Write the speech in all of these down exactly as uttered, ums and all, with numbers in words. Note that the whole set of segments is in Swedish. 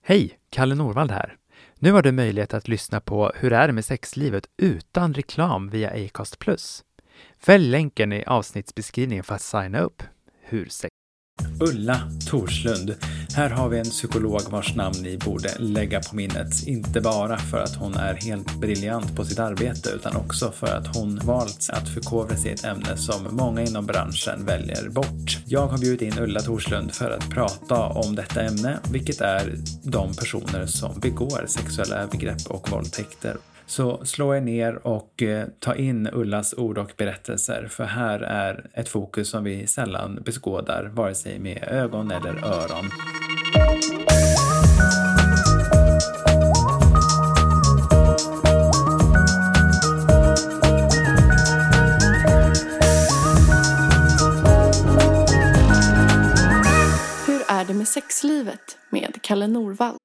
Hej, Kalle Norvald här. Nu har du möjlighet att lyssna på Hur är det med sexlivet utan reklam via Acast plus. Följ länken i avsnittsbeskrivningen för att signa upp. Hur sex... Ulla Torslund. Här har vi en psykolog vars namn ni borde lägga på minnet. Inte bara för att hon är helt briljant på sitt arbete utan också för att hon valt att förkovra sig i ett ämne som många inom branschen väljer bort. Jag har bjudit in Ulla Torslund för att prata om detta ämne, vilket är de personer som begår sexuella övergrepp och våldtäkter. Så slå er ner och eh, ta in Ullas ord och berättelser, för här är ett fokus som vi sällan beskådar, vare sig med ögon eller öron. Hur är det med sexlivet med Kalle Norvald?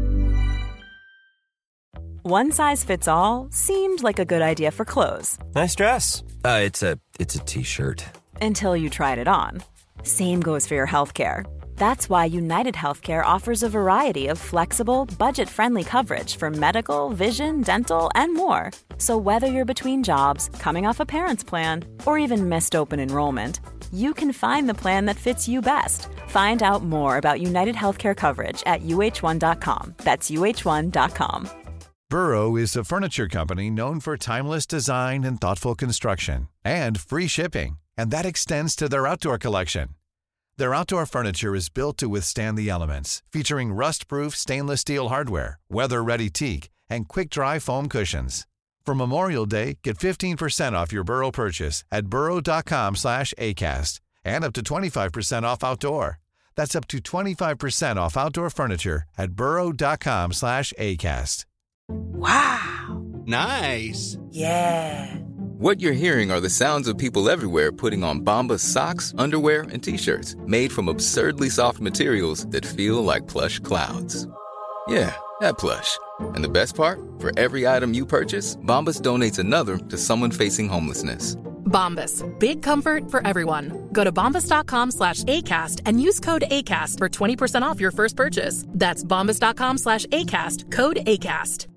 One size fits all seemed like a good idea for clothes. Nice dress. Uh, it's a it's a t-shirt. Until you tried it on. Same goes for your healthcare. That's why United Healthcare offers a variety of flexible, budget-friendly coverage for medical, vision, dental, and more. So whether you're between jobs, coming off a parent's plan, or even missed open enrollment, you can find the plan that fits you best. Find out more about United Healthcare coverage at U H one dot com. That's U H one dot com. Burrow is a furniture company known for timeless design and thoughtful construction, and free shipping, and that extends to their outdoor collection. Their outdoor furniture is built to withstand the elements, featuring rust-proof stainless steel hardware, weather-ready teak, and quick-dry foam cushions. For Memorial Day, get fifteen percent off your Burrow purchase at burrow dot com slash acast, and up to twenty-five percent off outdoor. That's up to twenty-five percent off outdoor furniture at burrow dot com slash acast. Wow. Nice. Yeah. What you're hearing are the sounds of people everywhere putting on Bombas socks, underwear, and T-shirts made from absurdly soft materials that feel like plush clouds. Yeah, that plush. And the best part? For every item you purchase, Bombas donates another to someone facing homelessness. Bombas. Big comfort for everyone. Go to bombas dot com slash ACAST and use code ACAST for twenty percent off your first purchase. That's bombas dot com slash ACAST. Code ACAST.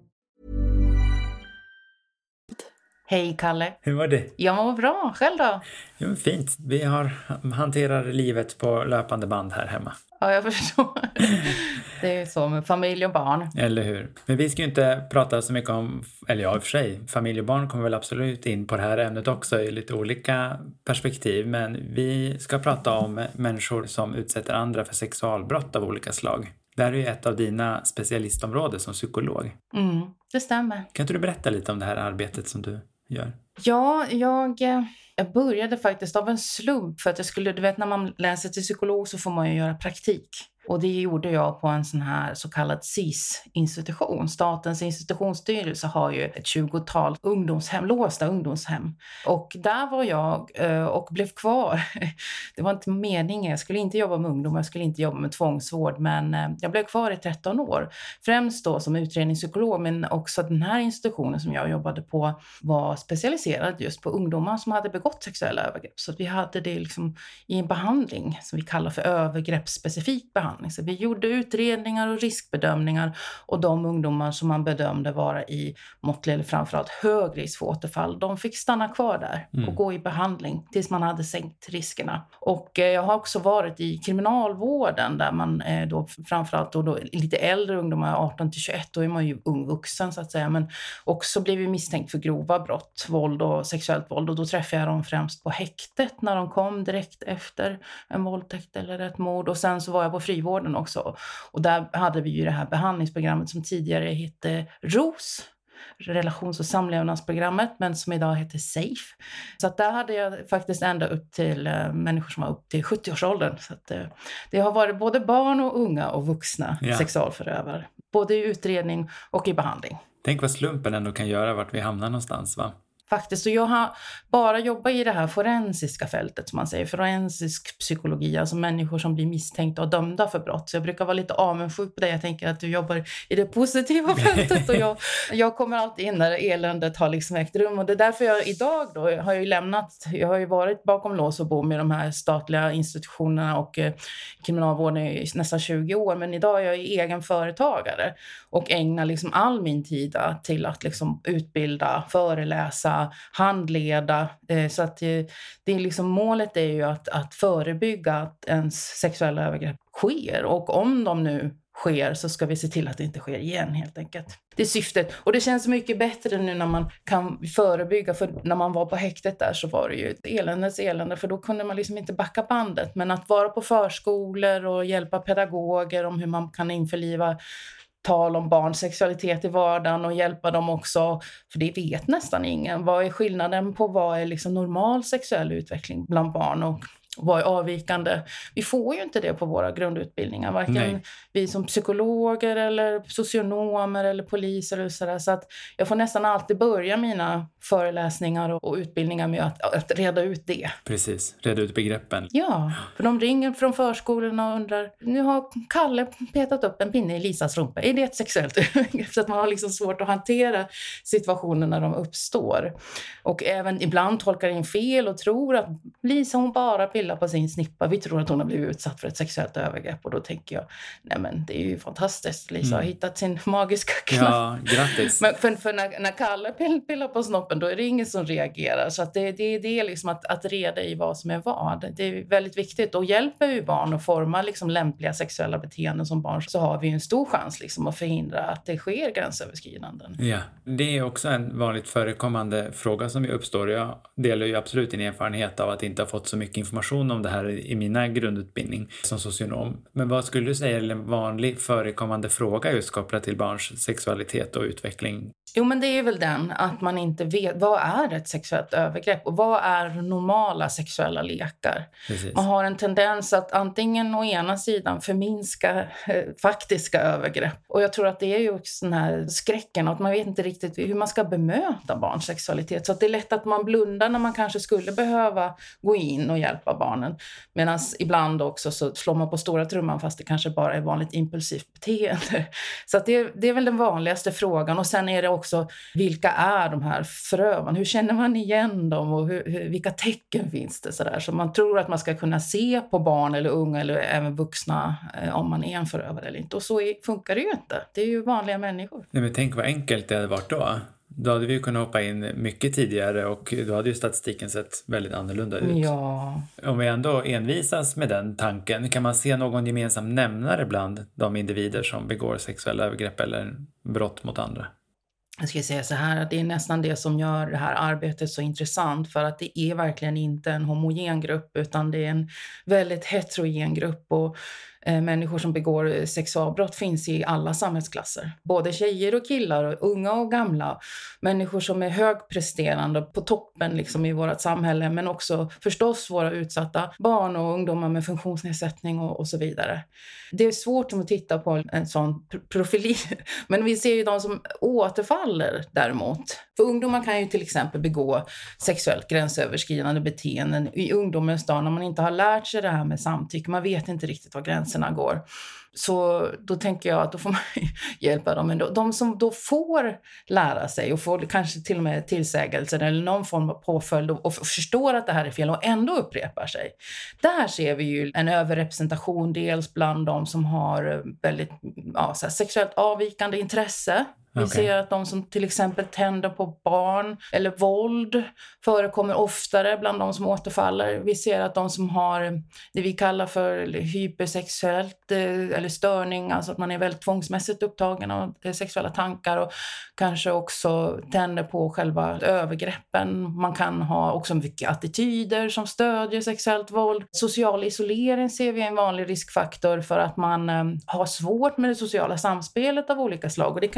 Hej Kalle. Hur var det? Jag mår bra. Själv då? Jo, fint. Vi har hanterar livet på löpande band här hemma. Ja, jag förstår. Det är så med familj och barn. Eller hur? Men vi ska ju inte prata så mycket om, eller ja, i och för sig, familj och barn kommer väl absolut in på det här ämnet också i lite olika perspektiv. Men vi ska prata om människor som utsätter andra för sexualbrott av olika slag. Det här är ju ett av dina specialistområden som psykolog. Mm, det stämmer. Kan inte du berätta lite om det här arbetet som du gör? Ja, jag, jag började faktiskt av en slump för att jag skulle, du vet när man läser till psykolog så får man ju göra praktik. Och det gjorde jag på en sån här så kallad S I S-institution. Statens institutionsstyrelse har ju ett tjugotal ungdomshem, låsta ungdomshem. Och där var jag och blev kvar. Det var inte meningen, jag skulle inte jobba med ungdomar, jag skulle inte jobba med tvångsvård. Men jag blev kvar i tretton år. Främst då som utredningspsykolog, men också den här institutionen som jag jobbade på var specialiserad just på ungdomar som hade begått sexuella övergrepp. Så vi hade det liksom i en behandling som vi kallar för övergreppsspecifik behandling. Så vi gjorde utredningar och riskbedömningar och de ungdomar som man bedömde vara i måttlig eller framförallt hög risk för återfall, de fick stanna kvar där och mm. gå i behandling tills man hade sänkt riskerna. Och eh, jag har också varit i kriminalvården där man eh, då framförallt då, då lite äldre ungdomar, arton till tjugoett, då är man ju ung vuxen så att säga, men också blev vi misstänkt för grova brott, våld och sexuellt våld, och då träffade jag dem främst på häktet när de kom direkt efter en våldtäkt eller ett mord, och sen så var jag på frivården också. Och där hade vi ju det här behandlingsprogrammet som tidigare hette R O S, relations- och samlevnadsprogrammet, men som idag heter SAFE. Så att där hade jag faktiskt ända upp till äh, människor som var upp till sjuttio-årsåldern. Så att äh, det har varit både barn och unga och vuxna ja. sexualförövare. Både i utredning och i behandling. Tänk vad slumpen ändå kan göra vart vi hamnar någonstans, va? Faktiskt, och jag har bara jobbat i det här forensiska fältet som man säger, forensisk psykologi, alltså människor som blir misstänkta och dömda för brott. Så jag brukar vara lite avundsjuk på det. Jag tänker att du jobbar i det positiva fältet och jag, jag kommer alltid in när eländet har liksom ägt rum. Och det är därför jag idag då har jag ju lämnat, jag har ju varit bakom lås och bom med de här statliga institutionerna och eh, kriminalvården i nästan tjugo år. Men idag är jag egen företagare och ägnar liksom all min tid till att liksom utbilda, föreläsa, handleda, så att det är liksom, målet är ju att, att förebygga att ens sexuella övergrepp sker, och om de nu sker så ska vi se till att det inte sker igen helt enkelt. Det är syftet, och det känns mycket bättre nu när man kan förebygga, för när man var på häktet där så var det ju ett eländes elände, för då kunde man liksom inte backa bandet, men att vara på förskolor och hjälpa pedagoger om hur man kan införliva tal om barns sexualitet i vardagen och hjälpa dem också, för det vet nästan ingen. Vad är skillnaden på vad är liksom normal sexuell utveckling bland barn och vad är avvikande? Vi får ju inte det på våra grundutbildningar, varken Nej. vi som psykologer eller socionomer eller poliser eller sådär. Så att jag får nästan alltid börja mina föreläsningar och, och utbildningar med att, att reda ut det. Precis, reda ut begreppen. Ja, för de ringer från förskolorna och undrar, nu har Kalle petat upp en pinne i Lisas rumpa. Är det ett sexuellt övergrepp? Så att man har liksom svårt att hantera situationer när de uppstår. Och även ibland tolkar in fel och tror att Lisa hon bara pillar på sin snippa. Vi tror att hon har blivit utsatt för ett sexuellt övergrepp, och då tänker jag, nej men det är ju fantastiskt. Lisa mm. har hittat sin magiska knapp. Ja, grattis. Men för, för när, när Kalle pillar på snoppen, då är det ingen som reagerar. Så att det, det är det liksom att, att reda i vad som är vad. Det är väldigt viktigt. Och hjälper vi barn att forma liksom lämpliga sexuella beteenden som barn, så har vi en stor chans liksom att förhindra att det sker gränsöverskridanden. Ja, det är också en vanligt förekommande fråga som uppstår. Jag delar ju absolut din erfarenhet av att inte ha fått så mycket information om det här i mina grundutbildning som socionom. Men vad skulle du säga är en vanlig förekommande fråga just kopplat till barns sexualitet och utveckling? Jo, men det är väl den att man inte vet vad är ett sexuellt övergrepp och vad är normala sexuella lekar. Precis. Man har en tendens att antingen å ena sidan förminska eh, faktiska övergrepp. Och jag tror att det är ju också den här skräcken att man vet inte riktigt hur man ska bemöta barns sexualitet. Så att det är lätt att man blundar när man kanske skulle behöva gå in och hjälpa barnen. Medan ibland också så slår man på stora trumman fast det kanske bara är vanligt impulsivt beteende. Så att det, är, det är väl den vanligaste frågan. Och sen är det också, vilka är de här förövarna? Hur känner man igen dem och hur, hur, vilka tecken finns det? Så, där? Så man tror att man ska kunna se på barn eller unga eller även vuxna eh, om man är en förövare eller inte. Och så är, funkar det ju inte. Det är ju vanliga människor. Nej, men tänk vad enkelt det hade varit då. Då hade vi ju kunnat hoppa in mycket tidigare och då hade ju statistiken sett väldigt annorlunda ut. Ja. Om vi ändå envisas med den tanken, kan man se någon gemensam nämnare bland de individer som begår sexuella övergrepp eller brott mot andra? Jag ska säga så här att det är nästan det som gör det här arbetet så intressant, för att det är verkligen inte en homogen grupp utan det är en väldigt heterogen grupp, och eh, människor som begår sexualbrott finns i alla samhällsklasser. Både tjejer och killar, och unga och gamla. Människor som är högpresterande på toppen liksom i vårt samhälle, men också förstås våra utsatta barn och ungdomar med funktionsnedsättning och, och så vidare. Det är svårt att titta på en sån profil, men vi ser ju de som återfaller däremot. För ungdomar kan ju till exempel begå sexuellt gränsöverskridande beteenden i ungdomens dag när man inte har lärt sig det här med samtycke. Man vet inte riktigt var gränserna går. Så då tänker jag att då får man hjälpa dem. Men de som då får lära sig och får kanske till och med tillsägelser eller någon form av påföljd och förstår att det här är fel och ändå upprepar sig. Där ser vi ju en överrepresentation dels bland de som har väldigt ja, så här, sexuellt avvikande intresse. Vi okay. ser att de som till exempel tänder på barn eller våld förekommer oftare bland de som återfaller. Vi ser att de som har det vi kallar för hypersexuellt eller störning, alltså att man är väldigt tvångsmässigt upptagen av sexuella tankar och kanske också tänder på själva övergreppen. Man kan ha också mycket attityder som stödjer sexuellt våld. Social isolering ser vi är en vanlig riskfaktor för att man har svårt med det sociala samspelet av olika slag, och det kan ju också bero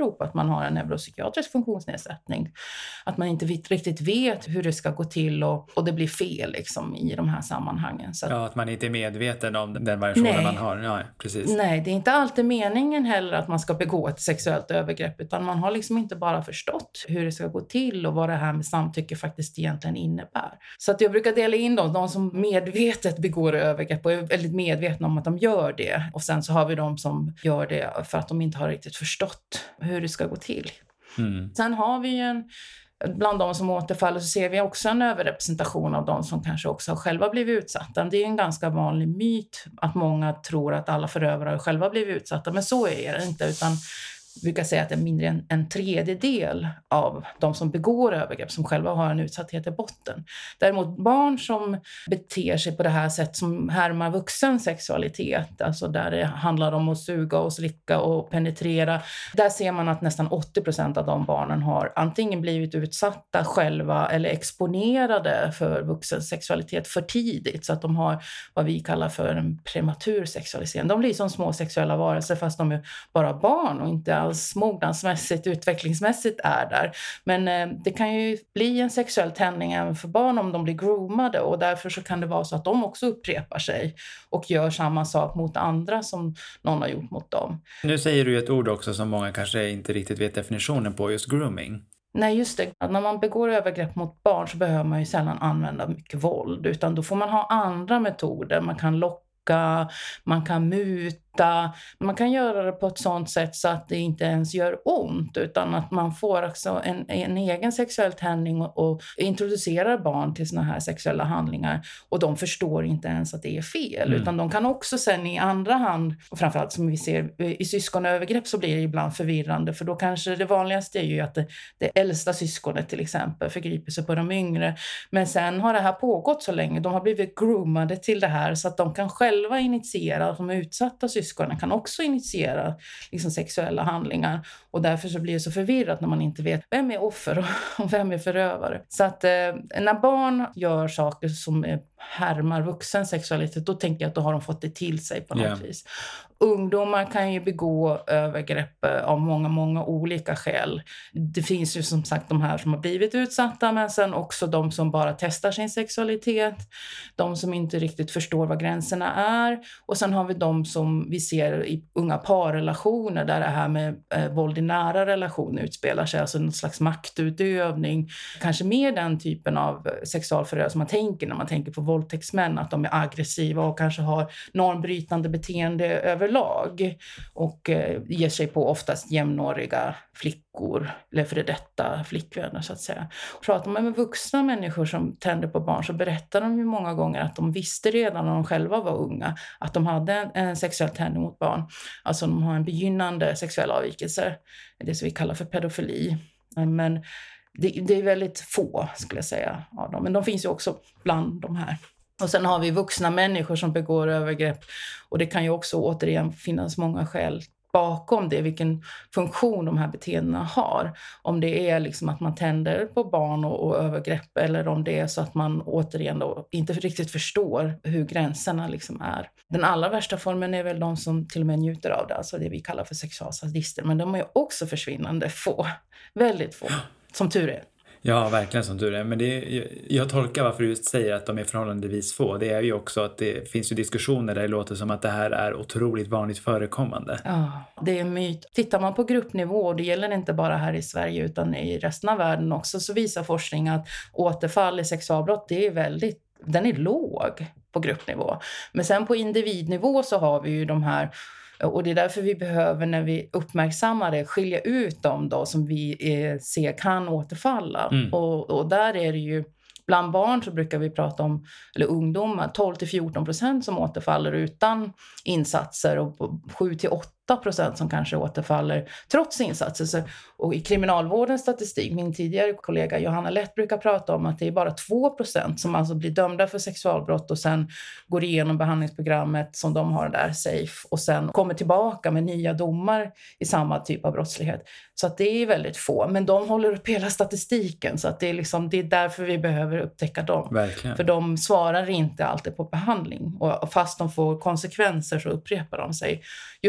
beror på att man har en neuropsykiatrisk funktionsnedsättning. Att man inte riktigt vet hur det ska gå till och, och det blir fel liksom, i de här sammanhangen. Så att, ja, att man inte är medveten om den variationen nej, man har. Ja, precis. Nej, det är inte alltid meningen heller att man ska begå ett sexuellt övergrepp, utan man har liksom inte bara förstått hur det ska gå till och vad det här med samtycke faktiskt egentligen innebär. Så att jag brukar dela in dem, de som medvetet begår övergrepp och är väldigt medvetna om att de gör det. Och sen så har vi de som gör det för att de inte har riktigt förstått hur det ska gå till. Mm. Sen har vi ju en, bland de som återfaller så ser vi också en överrepresentation av de som kanske också har själva blivit utsatta. Det är en ganska vanlig myt att många tror att alla förövare har själva blivit utsatta, men så är det inte, utan jag brukar säga att det är mindre än en tredjedel av de som begår övergrepp som själva har en utsatthet i botten. Däremot barn som beter sig på det här sätt som härmar vuxen sexualitet, alltså där det handlar om att suga och slicka och penetrera, där ser man att nästan åttio procent av de barnen har antingen blivit utsatta själva eller exponerade för vuxen sexualitet för tidigt, så att de har vad vi kallar för en prematur sexualisering. De blir som små sexuella varelser fast de är bara barn och inte alls mognadsmässigt, utvecklingsmässigt är där. Men eh, det kan ju bli en sexuell tändning även för barn om de blir groomade, och därför så kan det vara så att de också upprepar sig och gör samma sak mot andra som någon har gjort mot dem. Nu säger du ett ord också som många kanske inte riktigt vet definitionen på, just grooming. Nej, just det. Att när man begår övergrepp mot barn så behöver man ju sällan använda mycket våld, utan då får man ha andra metoder. Man kan locka, man kan muta, man kan göra det på ett sånt sätt så att det inte ens gör ont, utan att man får också en, en egen sexuell tändning och, och introducerar barn till såna här sexuella handlingar, och de förstår inte ens att det är fel, mm. utan de kan också sen i andra hand, och framförallt som vi ser i syskonövergrepp så blir det ibland förvirrande, för då kanske det vanligaste är ju att det, det äldsta syskonet till exempel förgriper sig på de yngre, men sen har det här pågått så länge, de har blivit groomade till det här så att de kan själva initiera, de utsatta syskonen kan också initiera liksom sexuella handlingar, och därför så blir det så förvirrat när man inte vet vem är offer och vem är förövare. Så att eh, när barn gör saker som är härmar vuxen sexualitet, då tänker jag att då har de fått det till sig på något yeah. vis. Ungdomar kan ju begå övergrepp av många, många olika skäl. Det finns ju som sagt de här som har blivit utsatta, men sen också de som bara testar sin sexualitet, de som inte riktigt förstår vad gränserna är, och sen har vi de som vi ser i unga parrelationer där det här med eh, våld i nära relationer utspelar sig, alltså någon slags maktutövning, kanske mer den typen av sexualförövare som man tänker när man tänker på våldtäktsmän, att de är aggressiva och kanske har normbrytande beteende överlag och eh, ger sig på oftast jämnåriga flickor eller före detta flickvänner så att säga. Pratar man med vuxna människor som tänder på barn så berättar de ju många gånger att de visste redan när de själva var unga att de hade en, en sexuell tändning mot barn. Alltså de har en begynnande sexuell avvikelse, det som vi kallar för pedofili. Men det, det är väldigt få skulle jag säga av dem, men de finns ju också bland de här. Och sen har vi vuxna människor som begår övergrepp, och det kan ju också återigen finnas många skäl bakom det, vilken funktion de här beteendena har. Om det är liksom att man tänder på barn och, och övergrepp, eller om det är så att man återigen då inte riktigt förstår hur gränserna liksom är. Den allra värsta formen är väl de som till och med njuter av det, alltså det vi kallar för sexualsadister, men de är ju också försvinnande få, väldigt få, som tur är. Ja, verkligen som tur är. Men det är, jag tolkar varför du just säger att de är förhållandevis få. Det är ju också att det finns ju diskussioner där det låter som att det här är otroligt vanligt förekommande. Ja, det är en myt. Tittar man på gruppnivå, och det gäller inte bara här i Sverige utan i resten av världen också, så visar forskning att återfall i sexualbrott, det är väldigt, den är låg på gruppnivå. Men sen på individnivå så har vi ju de här. Och det är därför vi behöver, när vi uppmärksammar det, skilja ut dem då som vi eh, ser kan återfalla. Mm. Och, och där är det ju, bland barn så brukar vi prata om, eller ungdomar, tolv till fjorton procent som återfaller utan insatser, och sju till åtta procent som kanske återfaller trots insatser. Så, och i kriminalvårdens statistik, min tidigare kollega Johanna Lätt brukar prata om att det är bara två procent som alltså blir dömda för sexualbrott och sen går igenom behandlingsprogrammet som de har där, SAFE, och sen kommer tillbaka med nya domar i samma typ av brottslighet. Så att det är väldigt få, men de håller upp hela statistiken, så att det är, liksom, det är därför vi behöver upptäcka dem. Verkligen. För de svarar inte alltid på behandling, och fast de får konsekvenser så upprepar de sig. Just för att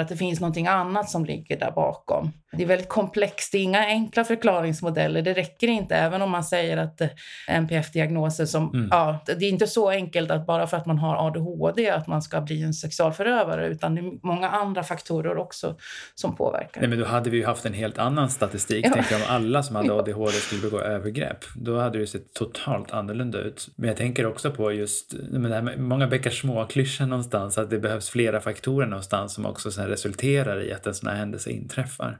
att det finns någonting annat som ligger där bakom. Det är väldigt komplext, det är inga enkla förklaringsmodeller. Det räcker inte, även om man säger att N P F-diagnoser som, mm. ja, det är inte så enkelt att bara för att man har A D H D att man ska bli en sexualförövare, utan det är många andra faktorer också som påverkar. Nej, men då hade vi ju haft en helt annan statistik. Ja. Tänk om alla som hade A D H D skulle begå övergrepp. Då hade det sett totalt annorlunda ut. Men jag tänker också på just, men det här med många bäckar små klyschor någonstans, att det behövs flera faktorer någonstans som också sen resulterar i att en sån här händelse inträffar.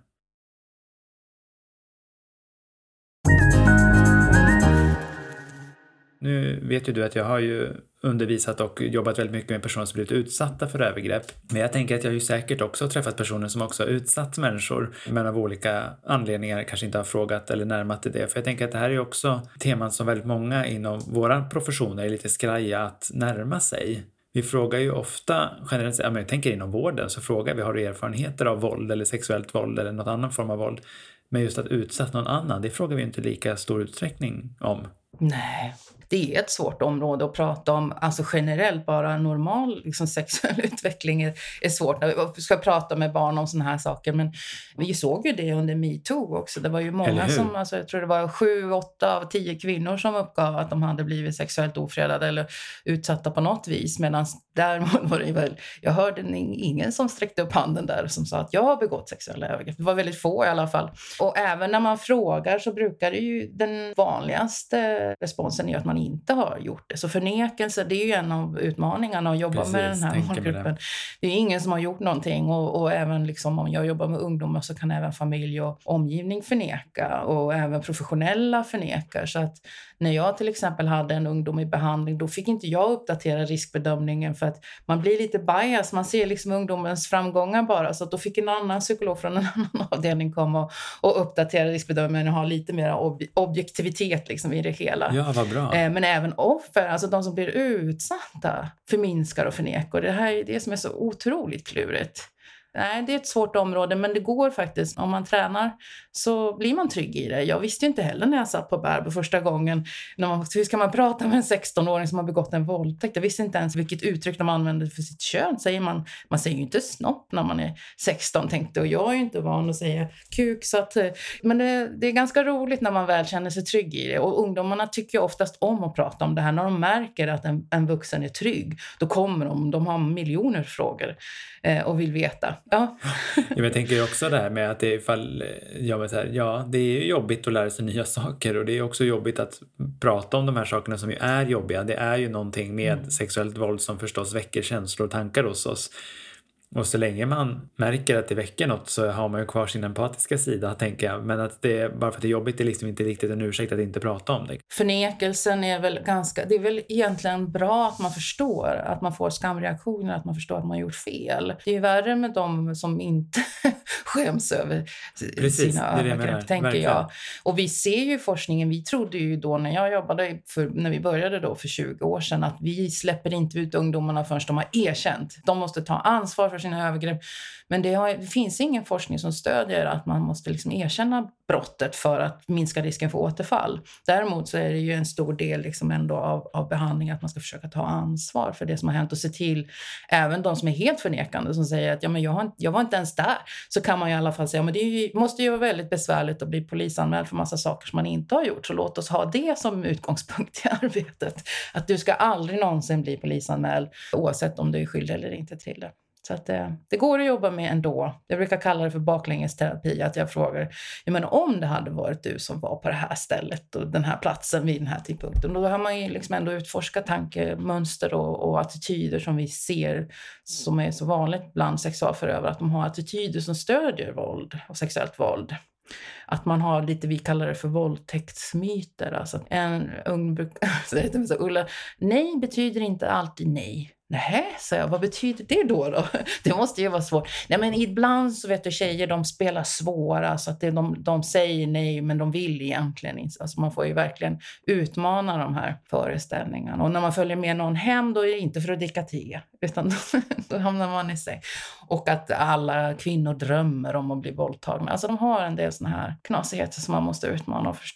Nu vet ju du att jag har ju undervisat och jobbat väldigt mycket med personer som blivit utsatta för övergrepp. Men jag tänker att jag har ju säkert också träffat personer som också har utsatt människor, men av olika anledningar kanske inte har frågat eller närmat till det. För jag tänker att det här är också teman som väldigt många inom våra professioner är lite skraja att närma sig. Vi frågar ju ofta, generellt, ja, men jag tänker inom vården, så frågar vi, har du erfarenheter av våld eller sexuellt våld eller någon annan form av våld? Men just att utsatt någon annan, det frågar vi inte lika stor utsträckning om. Nej, det är ett svårt område att prata om. Alltså generellt bara normal liksom, sexuell utveckling är, är svårt när vi ska prata med barn om såna här saker. Men vi såg ju det under MeToo också. Det var ju många som, alltså, jag tror det var sju, åtta av tio kvinnor som uppgav att de hade blivit sexuellt ofredade eller utsatta på något vis. Medan däremot var det väl, jag hörde ingen som sträckte upp handen där som sa att jag har begått sexuella övergrepp. Det var väldigt få i alla fall. Och även när man frågar så brukar det ju, den vanligaste responsen är att man inte har gjort det. Så förnekelse, det är ju en av utmaningarna att jobba Precis, med den här målgruppen. Det. det är ingen som har gjort någonting och, och även liksom, om jag jobbar med ungdomar så kan även familj och omgivning förneka och även professionella förnekar. Så att när jag till exempel hade en ungdom i behandling, då fick inte jag uppdatera riskbedömningen för att man blir lite bias, man ser liksom ungdomens framgångar bara, så att då fick en annan psykolog från en annan avdelning komma och, och uppdatera riskbedömningen och ha lite mer ob- objektivitet liksom i det hela. Ja, vad bra. Eh, men även offer, alltså de som blir utsatta, förminskar och förnekar. Det här är det som är så otroligt klurigt. Nej, det är ett svårt område, men det går faktiskt. Om man tränar så blir man trygg i det. Jag visste ju inte heller när jag satt på Bärbo första gången. När man, hur ska man prata med en sexton-åring som har begått en våldtäkt? Jag visste inte ens vilket uttryck de använder för sitt kön. Säger man, man säger ju inte snopp när man är sexton, tänkte. Och jag är ju inte van att säga kuk. Så att, men det, det är ganska roligt när man väl känner sig trygg i det. Och ungdomarna tycker oftast om att prata om det här. När de märker att en, en vuxen är trygg, då kommer de. De har miljoner frågor eh, och vill veta. Ja. Ja, jag tänker också det här med att det är ifall, ja, så här, ja, det är jobbigt att lära sig nya saker och det är också jobbigt att prata om de här sakerna som ju är jobbiga. Det är ju någonting med mm. sexuellt våld som förstås väcker känslor och tankar hos oss. Och så länge man märker att det väcker något så har man ju kvar sin empatiska sida, tänker jag. Men att det, bara för att det är jobbigt, det är liksom inte riktigt en ursäkt att inte prata om det. Förnekelsen är väl ganska, det är väl egentligen bra att man förstår, att man får skamreaktioner, att man förstår att man har gjort fel. Det är ju värre med de som inte skäms över Precis, sina övergrepp, tänker Verkligen. jag. Och vi ser ju i forskningen, vi trodde ju då när jag jobbade, för, när vi började då för tjugo år sedan, att vi släpper inte ut ungdomarna förrän de har erkänt. De måste ta ansvar för sina övergrepp. Men det, har, det finns ingen forskning som stödjer att man måste liksom erkänna brottet för att minska risken för återfall. Däremot så är det ju en stor del liksom ändå av, av behandling att man ska försöka ta ansvar för det som har hänt och se till, även de som är helt förnekande som säger att ja, men jag, har, jag var inte ens där, så kan man i alla fall säga men det är ju, måste ju vara väldigt besvärligt att bli polisanmäld för massa saker som man inte har gjort, så låt oss ha det som utgångspunkt i arbetet. Att du ska aldrig någonsin bli polisanmäld oavsett om du är skyldig eller inte till det. Så att det, det går att jobba med ändå. Jag brukar kalla det för baklängesterapi, att jag frågar, jag menar, om det hade varit du som var på det här stället och den här platsen vid den här tidpunkten, då har man ju liksom ändå utforskat tankemönster och, och attityder som vi ser som är så vanligt bland sexualförövare, att de har attityder som stödjer våld och sexuellt våld. Att man har lite, vi kallar det för våldtäktsmyter. Alltså en ung brukar säga, Ulla, nej betyder inte alltid nej. Nej, så jag, vad betyder det då då? Det måste ju vara svårt. Nej, men ibland så vet du, tjejer, de spelar svåra, så att det, de, de säger nej men de vill egentligen inte. Alltså man får ju verkligen utmana de här föreställningarna. Och när man följer med någon hem, då är det inte för att dricka te, utan då, då hamnar man i sig. Och att alla kvinnor drömmer om att bli våldtagna. Alltså de har en del såna här knasigheter som man måste utmana och förstå.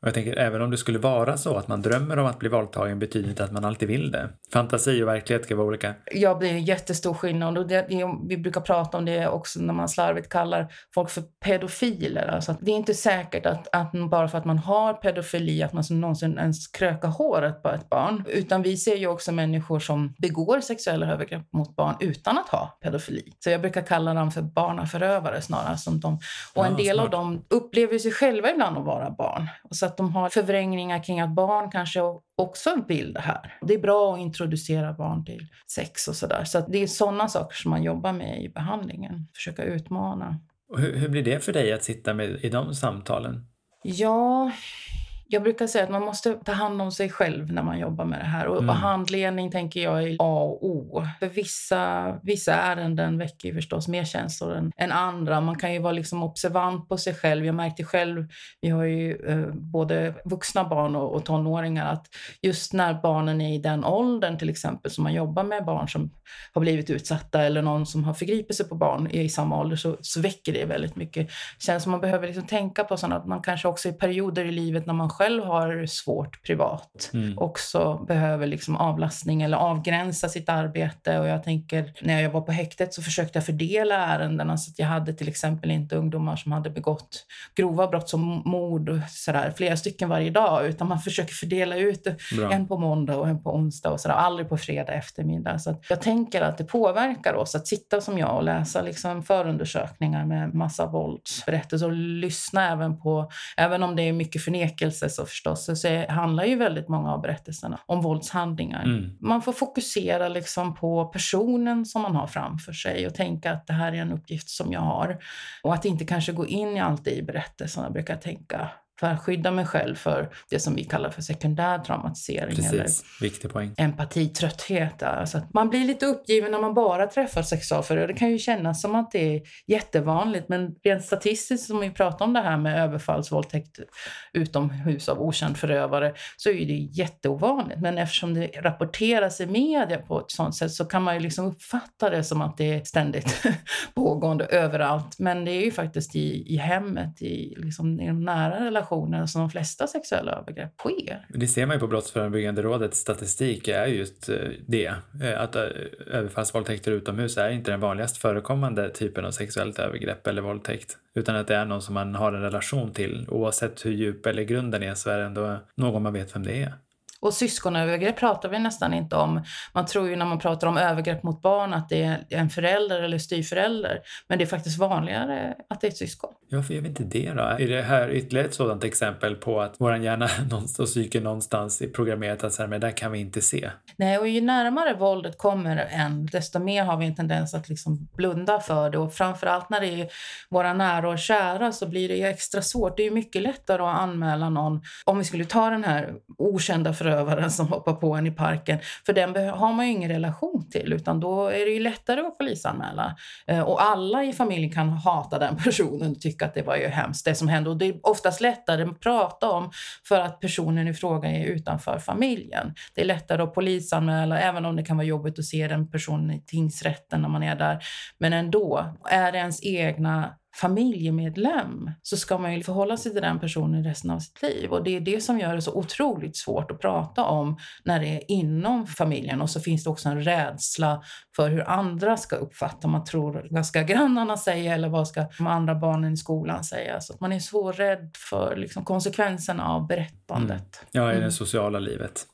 Och jag tänker, även om det skulle vara så att man drömmer om att bli våldtagen betyder inte att man alltid vill det. Fantasi och verklighet ska vara olika. Ja, det är en jättestor skillnad. Och det, det, vi brukar prata om det också när man slarvigt kallar folk för pedofiler. Alltså att det är inte säkert att, att bara för att man har pedofili att man som någonsin ens krökar håret på ett barn. Utan vi ser ju också människor som begår sexuella övergrepp mot barn utan att ha pedofili. Så jag brukar kalla dem för barnaförövare snarare. Som de, och en Ja, del smart. av dem upplever sig själva ibland att vara barn. Och så att de har förvrängningar kring att barn kanske också vill det här. Det är bra att introducera barn till sex och sådär. Så att det är sådana saker som man jobbar med i behandlingen. Försöka utmana. Och hur, hur blir det för dig att sitta med i de samtalen? Ja, jag brukar säga att man måste ta hand om sig själv när man jobbar med det här. Och, Mm. och handledning tänker jag är A och O. För vissa, vissa ärenden väcker ju förstås mer känslor än, än andra. Man kan ju vara liksom observant på sig själv. Jag märkte själv, vi har ju eh, både vuxna barn och, och tonåringar, att just när barnen är i den åldern till exempel, som man jobbar med barn som har blivit utsatta eller någon som har förgripit sig på barn i samma ålder, så, så väcker det väldigt mycket. Det känns som man behöver liksom tänka på sådana att man kanske också i perioder i livet när man själv har svårt privat Mm. också behöver liksom avlastning eller avgränsa sitt arbete. Och jag tänker, när jag var på häktet så försökte jag fördela ärendena så att jag hade till exempel inte ungdomar som hade begått grova brott som mord och sådär, flera stycken varje dag, utan man försöker fördela ut Bra. en på måndag och en på onsdag och sådär, aldrig på fredag eftermiddag. Så att jag tänker att det påverkar oss att sitta som jag och läsa liksom förundersökningar med massa våldsberättelser och lyssna även på, även om det är mycket förnekelse så förstås, så handlar ju väldigt många av berättelserna om våldshandlingar. Mm. Man får fokusera liksom på personen som man har framför sig och tänka att det här är en uppgift som jag har. Och att inte kanske gå in i allt i berättelserna, brukar jag tänka. För att skydda mig själv för det som vi kallar för sekundär traumatisering. Precis, eller viktig poäng. empatitrötthet. Alltså att man blir lite uppgiven när man bara träffar sexualförövare. Det kan ju kännas som att det är jättevanligt, men rent statistiskt, som vi pratar om det här med överfallsvåldtäkt utomhus av okänd förövare, så är det jätteovanligt. Men eftersom det rapporteras i media på ett sånt sätt så kan man ju liksom uppfatta det som att det är ständigt pågående överallt. Men det är ju faktiskt i, i hemmet, i, liksom, i de nära relationerna som de flesta sexuella övergrepp sker. Det ser man ju på Brottsförebyggande rådets statistik är just det. Att överfallsvåldtäkter utomhus är inte den vanligast förekommande typen av sexuellt övergrepp eller våldtäkt. Utan att det är någon som man har en relation till. Oavsett hur djup eller grunden är så är det ändå någon man vet vem det är. Och syskonövergrepp pratar vi nästan inte om. Man tror ju när man pratar om övergrepp mot barn att det är en förälder eller styvförälder. Men det är faktiskt vanligare att det är ett syskon. Ja, för jag vet inte det då. Är det här ytterligare ett sådant exempel på att våran hjärna och psyke någonstans är programmerat att så här, men där kan vi inte se? Nej, och ju närmare våldet kommer än, desto mer har vi en tendens att liksom blunda för det. Och framförallt när det är våra nära och kära så blir det ju extra svårt. Det är ju mycket lättare att anmäla någon. Om vi skulle ta den här okända förövaren som hoppar på en i parken. För den har man ju ingen relation till, utan då är det ju lättare att polisanmäla. Och alla i familjen kan hata den personen och tycka att det var ju hemskt det som hände. Och det är oftast lättare att prata om för att personen i fråga är utanför familjen. Det är lättare att polisanmäla, även om det kan vara jobbigt att se den personen i tingsrätten när man är där. Men ändå, är det ens egna familjemedlem så ska man ju förhålla sig till den personen resten av sitt liv. Och det är det som gör det så otroligt svårt att prata om när det är inom familjen. Och så finns det också en rädsla för hur andra ska uppfatta. Man tror, vad ska grannarna säga eller vad ska de andra barnen i skolan säga? Så att man är så rädd för liksom konsekvenserna av berättandet. Mm. Ja, i det Mm. sociala livet.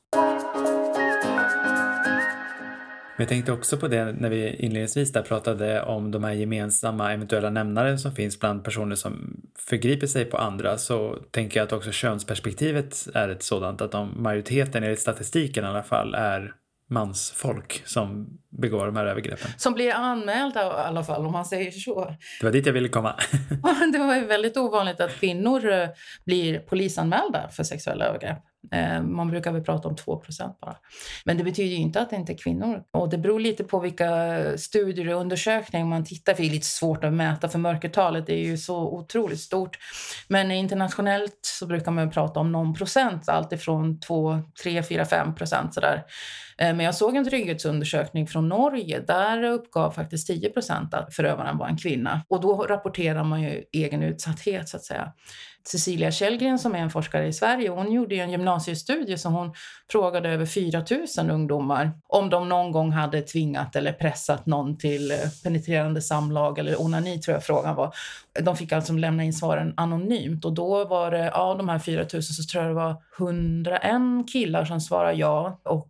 Men jag tänkte också på det när vi inledningsvis där pratade om de här gemensamma eventuella nämnare som finns bland personer som förgriper sig på andra, så tänker jag att också könsperspektivet är ett sådant, att om majoriteten enligt statistiken i alla fall är mansfolk som begår de här övergreppen. Som blir anmälda i alla fall, om man säger så. Det var dit jag ville komma. Det var ju väldigt ovanligt att kvinnor blir polisanmälda för sexuella övergrepp. Man brukar väl prata om två procent bara. Men det betyder ju inte att det inte är kvinnor. Och det beror lite på vilka studier och undersökningar man tittar för. Det är lite svårt att mäta för mörkertalet är ju så otroligt stort. Men internationellt så brukar man prata om någon procent. Allt ifrån två, tre, fyra, fem procent sådär. Men jag såg en trygghetsundersökning från Norge. Där uppgav faktiskt tio procent att förövaren var en kvinna. Och då rapporterar man ju egen utsatthet så att säga. Cecilia Källgren som är en forskare i Sverige, hon gjorde ju en gymnasiestudie så hon frågade över fyra tusen ungdomar om de någon gång hade tvingat eller pressat någon till penetrerande samlag eller onani, tror jag frågan var. De fick alltså lämna in svaren anonymt och då var det, av de här fyra tusen så tror jag det var hundraen killar som svarade ja och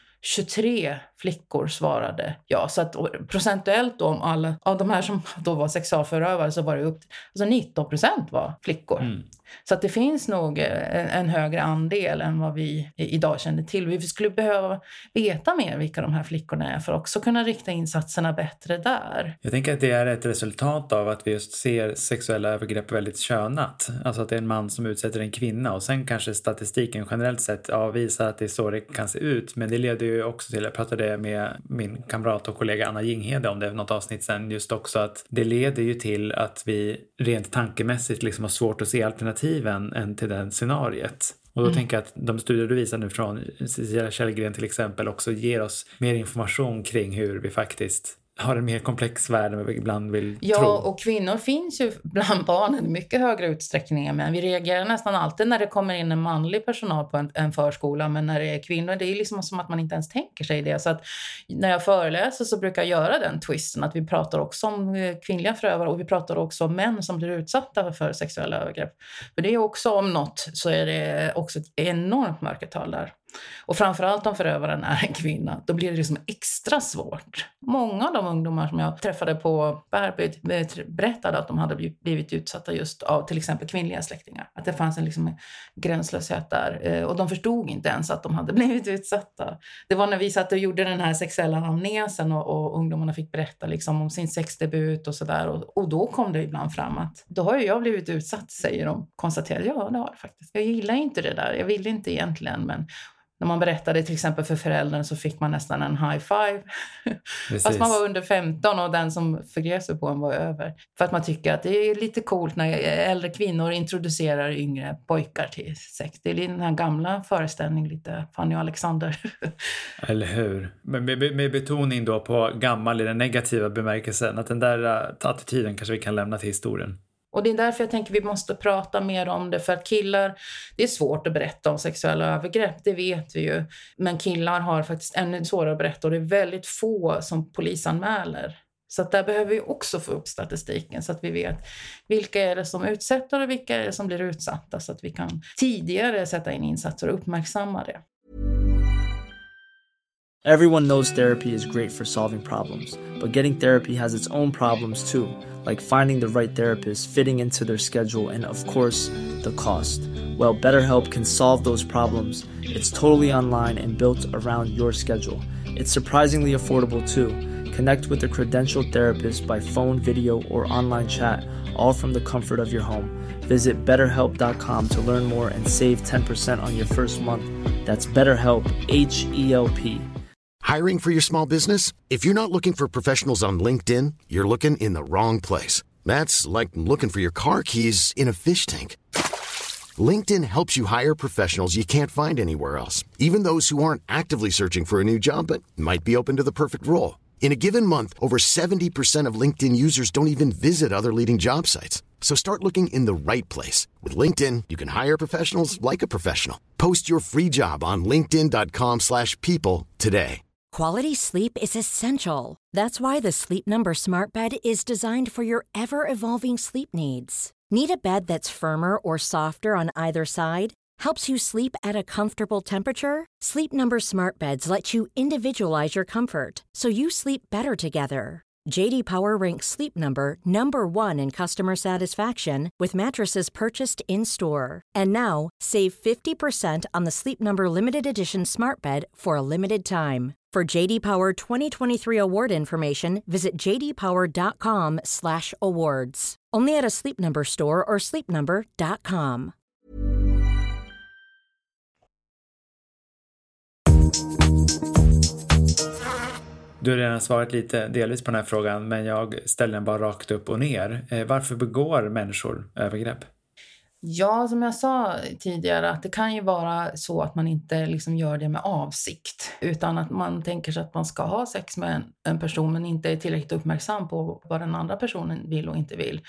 tjugotre flickor svarade ja. Så att procentuellt då, om alla av de här som då var sexualförövare så var det upp alltså nitton procent var flickor. Mm. Så att det finns nog en, en högre andel än vad vi idag känner till. Vi skulle behöva veta mer vilka de här flickorna är för att också kunna rikta insatserna bättre där. Jag tänker att det är ett resultat av att vi just ser sexuella övergrepp väldigt könat. Alltså att det är en man som utsätter en kvinna och sen kanske statistiken generellt sett ja, visar att det är så det kan se ut. Men det leder ju också till, jag pratade med min kamrat och kollega Anna Jinghede om det något avsnitt sen, just också att det leder ju till att vi rent tankemässigt liksom har svårt att se alternativen än till den scenariet. Och då mm. tänker jag att de studier du visar nu från Cecilia Källgren till exempel också ger oss mer information kring hur vi faktiskt har en mer komplex värld än vad vi ibland vill ja, tro. Ja, och kvinnor finns ju bland barnen i mycket högre utsträckning. Men vi reagerar nästan alltid när det kommer in en manlig personal på en, en förskola. Men när det är kvinnor, det är liksom som att man inte ens tänker sig det. Så att när jag föreläser så brukar jag göra den twisten. Att vi pratar också om kvinnliga förövare och vi pratar också om män som blir utsatta för sexuella övergrepp. För det är också om något så är det också ett enormt mörkertal där. Och framförallt om förövaren är en kvinna, då blir det liksom extra svårt. Många av de ungdomar som jag träffade på Bärby berättade att de hade blivit utsatta just av till exempel kvinnliga släktingar. Att det fanns en liksom gränslöshet där. Och de förstod inte ens att de hade blivit utsatta. Det var när vi satt och gjorde den här sexuella amnesen och, och ungdomarna fick berätta liksom om sin sexdebut och sådär. Och, och då kom det ibland fram att då har ju jag blivit utsatt, säger de. Konstaterade, ja det har jag faktiskt. Jag gillar inte det där, jag vill inte egentligen, men när man berättade till exempel för föräldern så fick man nästan en high five. Fast man var under femton och den som förgrep sig på en var över. För att man tycker att det är lite coolt när äldre kvinnor introducerar yngre pojkar till sex. Det är den här gamla föreställningen, lite Fanny och Alexander. Eller hur? Men med, med betoning då på gammal i den negativa bemärkelsen. Att den där attityden kanske vi kan lämna till historien. Och det är därför jag tänker vi måste prata mer om det. För att killar, det är svårt att berätta om sexuella övergrepp, det vet vi ju. Men killar har faktiskt ännu svårare att berätta och det är väldigt få som polisanmäler. Så att där behöver vi också få upp statistiken så att vi vet vilka är det som utsätter och vilka är det som blir utsatta. Så att vi kan tidigare sätta in insatser och uppmärksamma det. Everyone knows therapy is great for solving problems, but getting therapy has its own problems too, like finding the right therapist, fitting into their schedule, and of course, the cost. Well, BetterHelp can solve those problems. It's totally online and built around your schedule. It's surprisingly affordable too. Connect with a credentialed therapist by phone, video, or online chat, all from the comfort of your home. Visit better help dot com to learn more and save ten percent on your first month. That's BetterHelp, H E L P. Hiring for your small business? If you're not looking for professionals on LinkedIn, you're looking in the wrong place. That's like looking for your car keys in a fish tank. LinkedIn helps you hire professionals you can't find anywhere else, even those who aren't actively searching for a new job but might be open to the perfect role. In a given month, over seventy percent of LinkedIn users don't even visit other leading job sites. So start looking in the right place. With LinkedIn, you can hire professionals like a professional. Post your free job on linkedin dot com slash people today. Quality sleep is essential. That's why the Sleep Number Smart Bed is designed for your ever-evolving sleep needs. Need a bed that's firmer or softer on either side? Helps you sleep at a comfortable temperature? Sleep Number Smart Beds let you individualize your comfort, so you sleep better together. J D Power ranks Sleep Number number one in customer satisfaction with mattresses purchased in-store. And now, save fifty percent on the Sleep Number Limited Edition Smart Bed for a limited time. For J D Power twenty twenty-three award information, visit j d power dot com slash awards. Only at a Sleep Number store or sleep number dot com. Du har redan svarat lite delvis på den här frågan, men jag ställer den bara rakt upp och ner. Eh, varför begår människor övergrepp? Ja, som jag sa tidigare, att det kan ju vara så att man inte liksom gör det med avsikt. Utan att man tänker sig att man ska ha sex med en, en person men inte är tillräckligt uppmärksam på vad den andra personen vill och inte vill.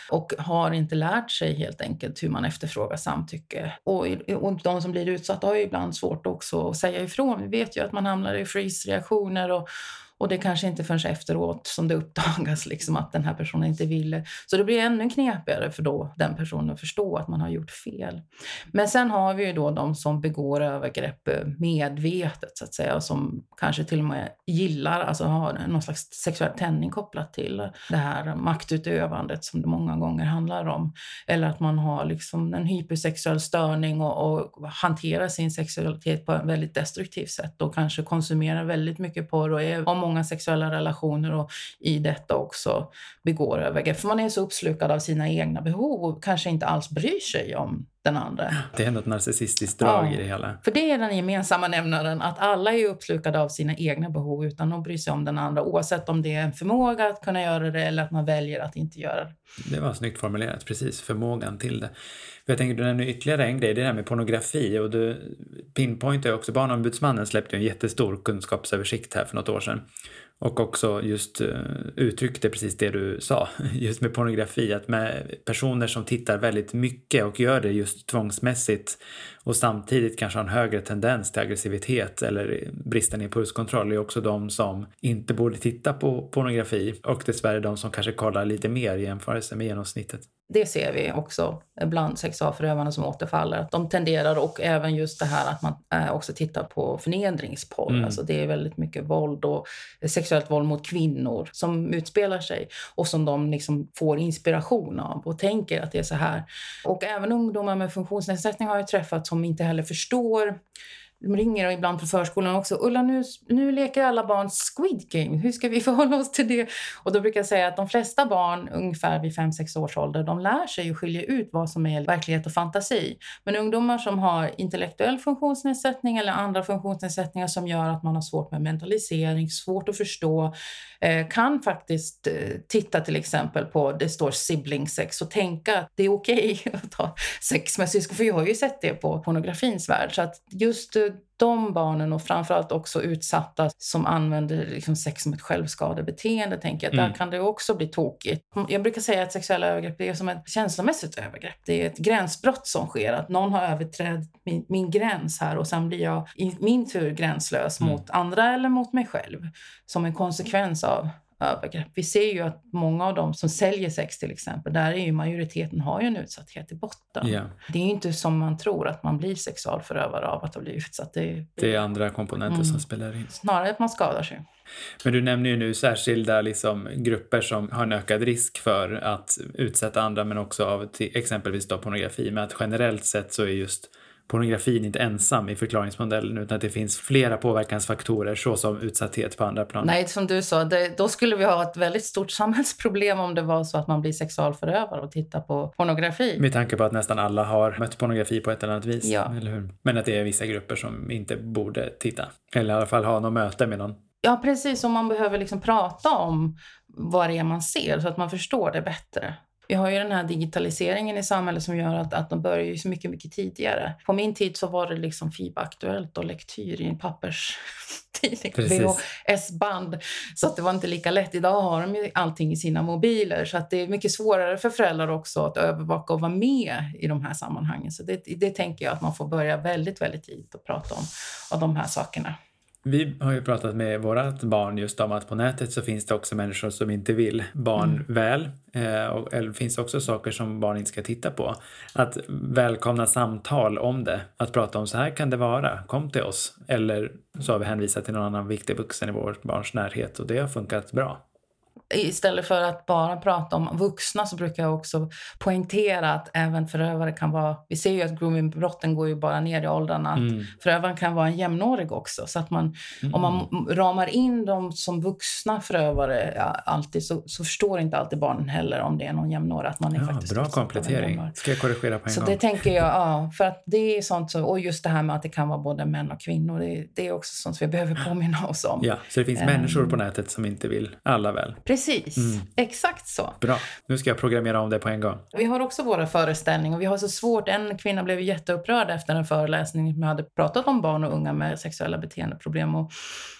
och har inte lärt sig helt enkelt hur man efterfrågar samtycke. Och, och de som blir utsatta har ju ibland svårt också att säga ifrån. Vi vet ju att man hamnar i freeze-reaktioner och Och det kanske inte förrän efteråt som det uppdagas liksom att den här personen inte ville. Så det blir ännu knepigare för då den personen att förstå att man har gjort fel. Men sen har vi ju då de som begår övergrepp medvetet så att säga. Och som kanske till och med gillar, alltså har någon slags sexuell tändning kopplat till det här maktutövandet som det många gånger handlar om. Eller att man har liksom en hypersexuell störning och, och hanterar sin sexualitet på ett väldigt destruktivt sätt. Och kanske konsumerar väldigt mycket porr och är om många sexuella relationer och i detta också begår övergrepp. För man är så uppslukad av sina egna behov och kanske inte alls bryr sig om den andra. Det är något narcissistiskt drag ja, i det hela. För det är den gemensamma nämnaren att alla är uppslukade av sina egna behov utan att bry sig om den andra. Oavsett om det är en förmåga att kunna göra det eller att man väljer att inte göra det. Det var snyggt formulerat, precis. Förmågan till det. För jag tänker, du nämner ytterligare en grej, det här med pornografi. Och du pinpointar också, Barnombudsmannen släppte en jättestor kunskapsöversikt här för något år sedan. Och också just uh, uttryckte precis det du sa, just med pornografi, att med personer som tittar väldigt mycket och gör det just tvångsmässigt och samtidigt kanske har en högre tendens till aggressivitet eller bristen i impulskontroll är också de som inte borde titta på pornografi och dessvärre de som kanske kollar lite mer i jämförelse med genomsnittet. Det ser vi också bland sexualförövarna som återfaller. Att de tenderar, och även just det här att man också tittar på förnedringsporr. Mm. Alltså det är väldigt mycket våld och sexuellt våld mot kvinnor som utspelar sig. Och som de liksom får inspiration av och tänker att det är så här. Och även ungdomar med funktionsnedsättning har jag träffat som inte heller förstår. De ringer och ibland på förskolan också. Ulla, nu, nu leker alla barn Squid Game. Hur ska vi förhålla oss till det? Och då brukar jag säga att de flesta barn ungefär vid fem sex års ålder, de lär sig att skilja ut vad som är verklighet och fantasi. Men ungdomar som har intellektuell funktionsnedsättning eller andra funktionsnedsättningar som gör att man har svårt med mentalisering, svårt att förstå, eh, kan faktiskt eh, titta till exempel på, det står sibling sex, och tänka att det är okej att ta sex med syskon. För jag har ju sett det på pornografins värld. Så att just de barnen, och framförallt också utsatta som använder liksom sex som ett självskadebeteende, tänker jag att mm. där kan det också bli tokigt. Jag brukar säga att sexuella övergrepp är som ett känslomässigt övergrepp. Det är ett gränsbrott som sker, att någon har överträtt min, min gräns här och sen blir jag i min tur gränslös mm. mot andra eller mot mig själv som en konsekvens av övergrepp. Vi ser ju att många av dem som säljer sex till exempel, där är ju majoriteten har ju en utsatthet i botten. Yeah. Det är ju inte som man tror att man blir sexualförövare av att bli utsatt. Det är, det är andra komponenter mm. som spelar in. Snarare att man skadar sig. Men du nämner ju nu särskilda liksom, grupper som har en ökad risk för att utsätta andra, men också av till exempelvis då pornografi. Men att generellt sett så är just pornografin inte ensam i förklaringsmodellen, utan att det finns flera påverkansfaktorer såsom utsatthet på andra plan. Nej, som du sa, det, då skulle vi ha ett väldigt stort samhällsproblem om det var så att man blir sexualförövare och tittar på pornografi. Med tanke på att nästan alla har mött pornografi på ett eller annat vis, ja. Eller hur? Men att det är vissa grupper som inte borde titta, eller i alla fall ha något möte med någon. Ja, precis, som man behöver liksom prata om vad det är man ser så att man förstår det bättre. Vi har ju den här digitaliseringen i samhället som gör att, att de börjar ju så mycket, mycket tidigare. På min tid så var det liksom F I B-aktuellt och lektyr i en papperstidning. V H S-band. Så att det var inte lika lätt. Idag har de ju allting i sina mobiler. Så att det är mycket svårare för föräldrar också att övervaka och vara med i de här sammanhangen. Så det, det tänker jag att man får börja väldigt, väldigt tidigt och prata om, om de här sakerna. Vi har ju pratat med vårat barn just om att på nätet så finns det också människor som inte vill barn mm. väl. Eh, och det finns också saker som barn inte ska titta på. Att välkomna samtal om det. Att prata om så här kan det vara. Kom till oss. Eller så har vi hänvisat till någon annan viktig vuxen i vårt barns närhet. Och det har funkat bra. Istället för att bara prata om vuxna så brukar jag också poängtera att även förövare kan vara, vi ser ju att groomingbrotten går ju bara ner i åldrarna, att mm. förövaren kan vara en jämnårig också, så att man, mm. om man ramar in dem som vuxna förövare ja, alltid, så, så förstår inte alltid barnen heller om det är någon jämnårig, att man är ja, faktiskt bra komplettering, ska jag korrigera på en så gång. Så det tänker jag, ja, för att det är sånt så, och just det här med att det kan vara både män och kvinnor, det, det är också sånt som vi behöver påminna oss om. Ja, så det finns um, människor på nätet som inte vill alla väl. Precis, mm. exakt så. Bra, nu ska jag programmera om det på en gång. Vi har också våra föreställningar och vi har så svårt, en kvinna blev jätteupprörd efter en föreläsning som hade pratat om barn och unga med sexuella beteendeproblem och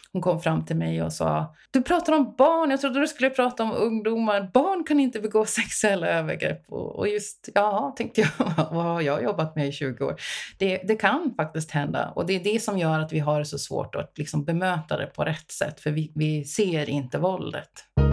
Hon kom fram till mig och sa, du pratar om barn, jag trodde du skulle prata om ungdomar. Barn kan inte begå sexuella övergrepp. Och just, ja, tänkte jag, vad har jag jobbat med i tjugo år? Det, det kan faktiskt hända. Och det är det som gör att vi har så svårt att liksom bemöta det på rätt sätt. För vi, vi ser inte våldet.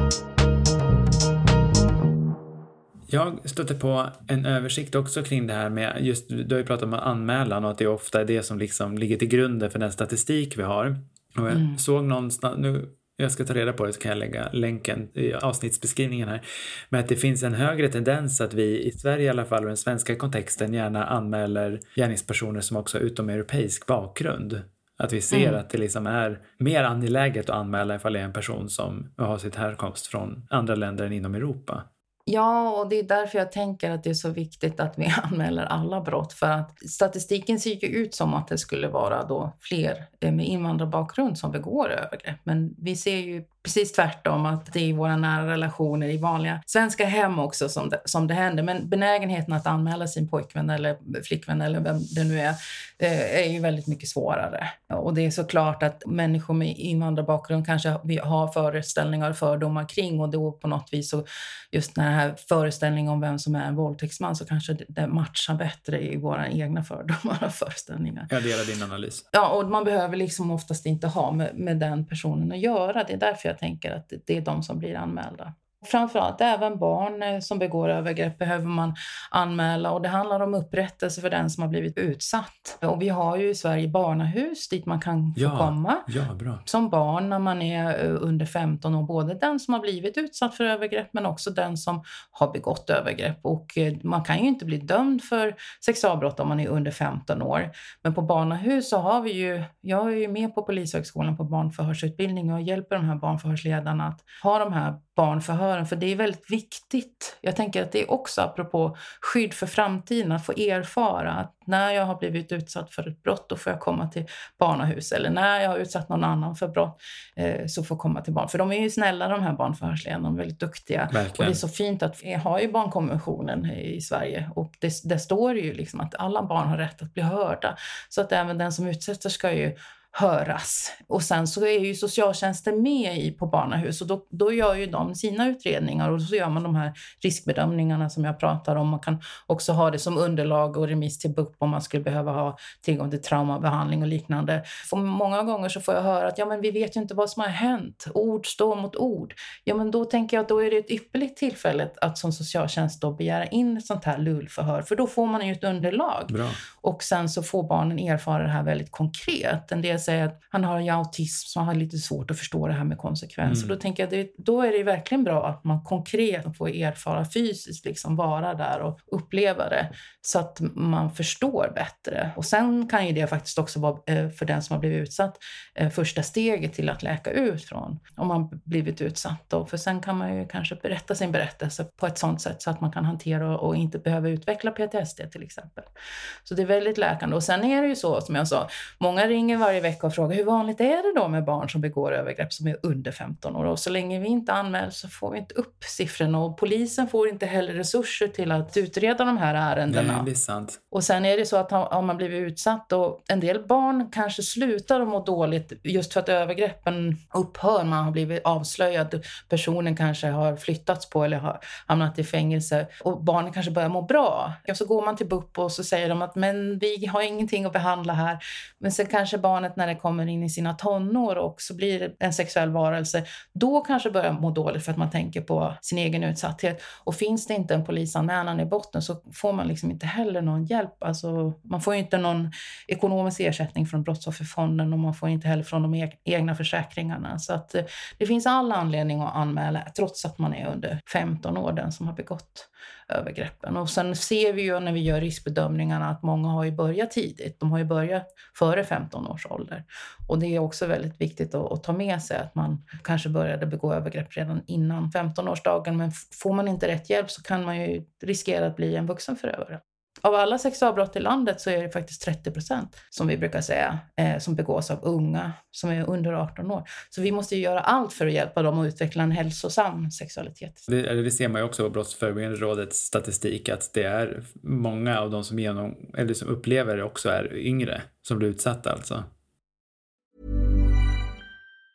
Jag stötte på en översikt också kring det här med, just du har ju pratat om anmälan och att det ofta är det som liksom ligger till grunden för den statistik vi har. Och jag mm. såg någonstans, nu jag ska ta reda på det så kan jag lägga länken i avsnittsbeskrivningen här, men att det finns en högre tendens att vi i Sverige i alla fall och den svenska kontexten gärna anmäler gärningspersoner som också har utomeuropeisk bakgrund. Att vi ser mm. att det liksom är mer angeläget att anmäla ifall det är en person som har sitt härkomst från andra länder än inom Europa. Ja, och det är därför jag tänker att det är så viktigt att vi anmäler alla brott. För att statistiken ser ju ut som att det skulle vara då fler med invandrarbakgrund som begår övergrepp. Men vi ser ju precis tvärtom att det är i våra nära relationer, i vanliga svenska hem också som det, som det händer. Men benägenheten att anmäla sin pojkvän eller flickvän eller vem det nu är, är ju väldigt mycket svårare. Och det är såklart att människor med invandrarbakgrund kanske har föreställningar och fördomar kring, och då på något vis så just när här föreställningen om vem som är en våldtäktsman så kanske det matchar bättre i våra egna fördomar och föreställningar. Jag delar din analys. Ja, och man behöver liksom oftast inte ha med, med den personen att göra. Det är därför jag tänker att det är de som blir anmälda. Framförallt även barn som begår övergrepp behöver man anmäla, och det handlar om upprättelse för den som har blivit utsatt. Och vi har ju i Sverige barnahus dit man kan få ja, komma ja, bra. som barn när man är under femton år. Både den som har blivit utsatt för övergrepp men också den som har begått övergrepp. Och man kan ju inte bli dömd för sexualbrott om man är under femton år. Men på barnahus så har vi ju, jag är ju med på Polishögskolan på barnförhörsutbildning och hjälper de här barnförhörsledarna att ha de här barnförhören, för det är väldigt viktigt. Jag tänker att det är också apropå skydd för framtiden, att få erfara att när jag har blivit utsatt för ett brott då får jag komma till barnahus, eller när jag har utsatt någon annan för brott eh, så får jag komma till barn. För de är ju snälla, de här barnförhörsledarna, de är väldigt duktiga. Verkligen. Och det är så fint att vi har ju barnkonventionen i Sverige, och det, det står ju liksom att alla barn har rätt att bli hörda, så att även den som utsätter ska ju höras. Och sen så är ju socialtjänsten med i på barnahus, och då, då gör ju de sina utredningar, och så gör man de här riskbedömningarna som jag pratar om. Man kan också ha det som underlag och remiss till B U P om man skulle behöva ha tillgång till traumabehandling och liknande. För många gånger så får jag höra att ja, men vi vet ju inte vad som har hänt. Ord står mot ord. Ja, men då tänker jag att då är det ett ypperligt tillfälle att som socialtjänst då begära in ett sånt här lullförhör, för då får man ju ett underlag. Bra. Och sen så får barnen erfara det här väldigt konkret. En del säger att han har ju autism så han har lite svårt att förstå det här med konsekvenser. Mm. Då tänker jag att det, då är det verkligen bra att man konkret får erfara fysiskt, liksom vara där och uppleva det så att man förstår bättre. Och sen kan ju det faktiskt också vara för den som har blivit utsatt första steget till att läka ut från om man blivit utsatt. Då. För sen kan man ju kanske berätta sin berättelse på ett sånt sätt så att man kan hantera och inte behöva utveckla P T S D till exempel. Så det är väldigt läkande. Och sen är det ju så som jag sa, många ringer varje vecka och fråga hur vanligt är det då med barn som begår övergrepp som är under femton år. Och så länge vi inte anmäler så får vi inte upp siffrorna, och polisen får inte heller resurser till att utreda de här ärendena. Nej, det är sant. Och sen är det så att har man blivit utsatt och en del barn kanske slutar att må dåligt just för att övergreppen upphör. Man har blivit avslöjad, personen kanske har flyttats på eller har hamnat i fängelse och barnen kanske börjar må bra. Och så går man till B U P och så säger de att men vi har ingenting att behandla här. Men sen kanske barnet när det kommer in i sina tonår och så blir det en sexuell varelse, då kanske börjar må dåligt för att man tänker på sin egen utsatthet. Och finns det inte en polisanmälan i botten så får man liksom inte heller någon hjälp. Alltså, man får ju inte någon ekonomisk ersättning från Brottsofferfonden och man får inte heller från de egna försäkringarna. Så att det finns all anledning att anmäla trots att man är under femton år, den som har begått övergreppen. Och sen ser vi ju när vi gör riskbedömningarna att många har ju börjat tidigt. De har ju börjat före femton års ålder. Och det är också väldigt viktigt att, att ta med sig att man kanske började begå övergrepp redan innan femton-årsdagen. Men får man inte rätt hjälp så kan man ju riskera att bli en vuxen förövare. Av alla sexualbrott i landet så är det faktiskt trettio procent som vi brukar säga eh, som begås av unga som är under arton år. Så vi måste ju göra allt för att hjälpa dem att utveckla en hälsosam sexualitet. Det, det ser man ju också på Brottsförebyggande rådets statistik att det är många av de som, genom, eller som upplever det också är yngre som blir utsatta alltså.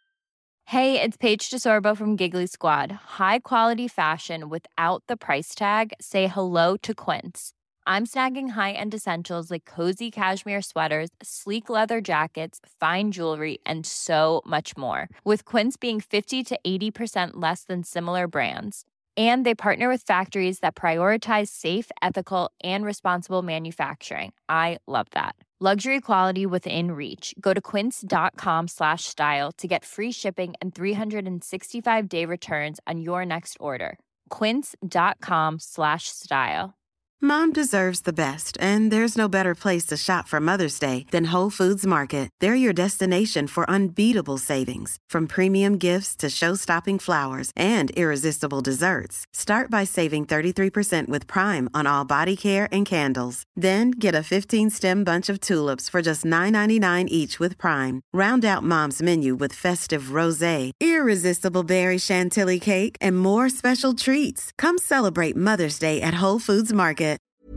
Hey, it's Paige DeSorbo from Giggly Squad. High quality fashion without the price tag. Say hello to Quince. I'm snagging high-end essentials like cozy cashmere sweaters, sleek leather jackets, fine jewelry, and so much more. With Quince being fifty to eighty percent less than similar brands. And they partner with factories that prioritize safe, ethical, and responsible manufacturing. I love that. Luxury quality within reach. Go to quince.com slash style to get free shipping and three sixty-five day returns on your next order. Quince.com slash style. Mom deserves the best, and there's no better place to shop for Mother's Day than Whole Foods Market. They're your destination for unbeatable savings, from premium gifts to show-stopping flowers and irresistible desserts. Start by saving thirty-three percent with Prime on all body care and candles. Then get a fifteen-stem bunch of tulips for just nine ninety-nine each with Prime. Round out Mom's menu with festive rosé, irresistible berry chantilly cake, and more special treats. Come celebrate Mother's Day at Whole Foods Market.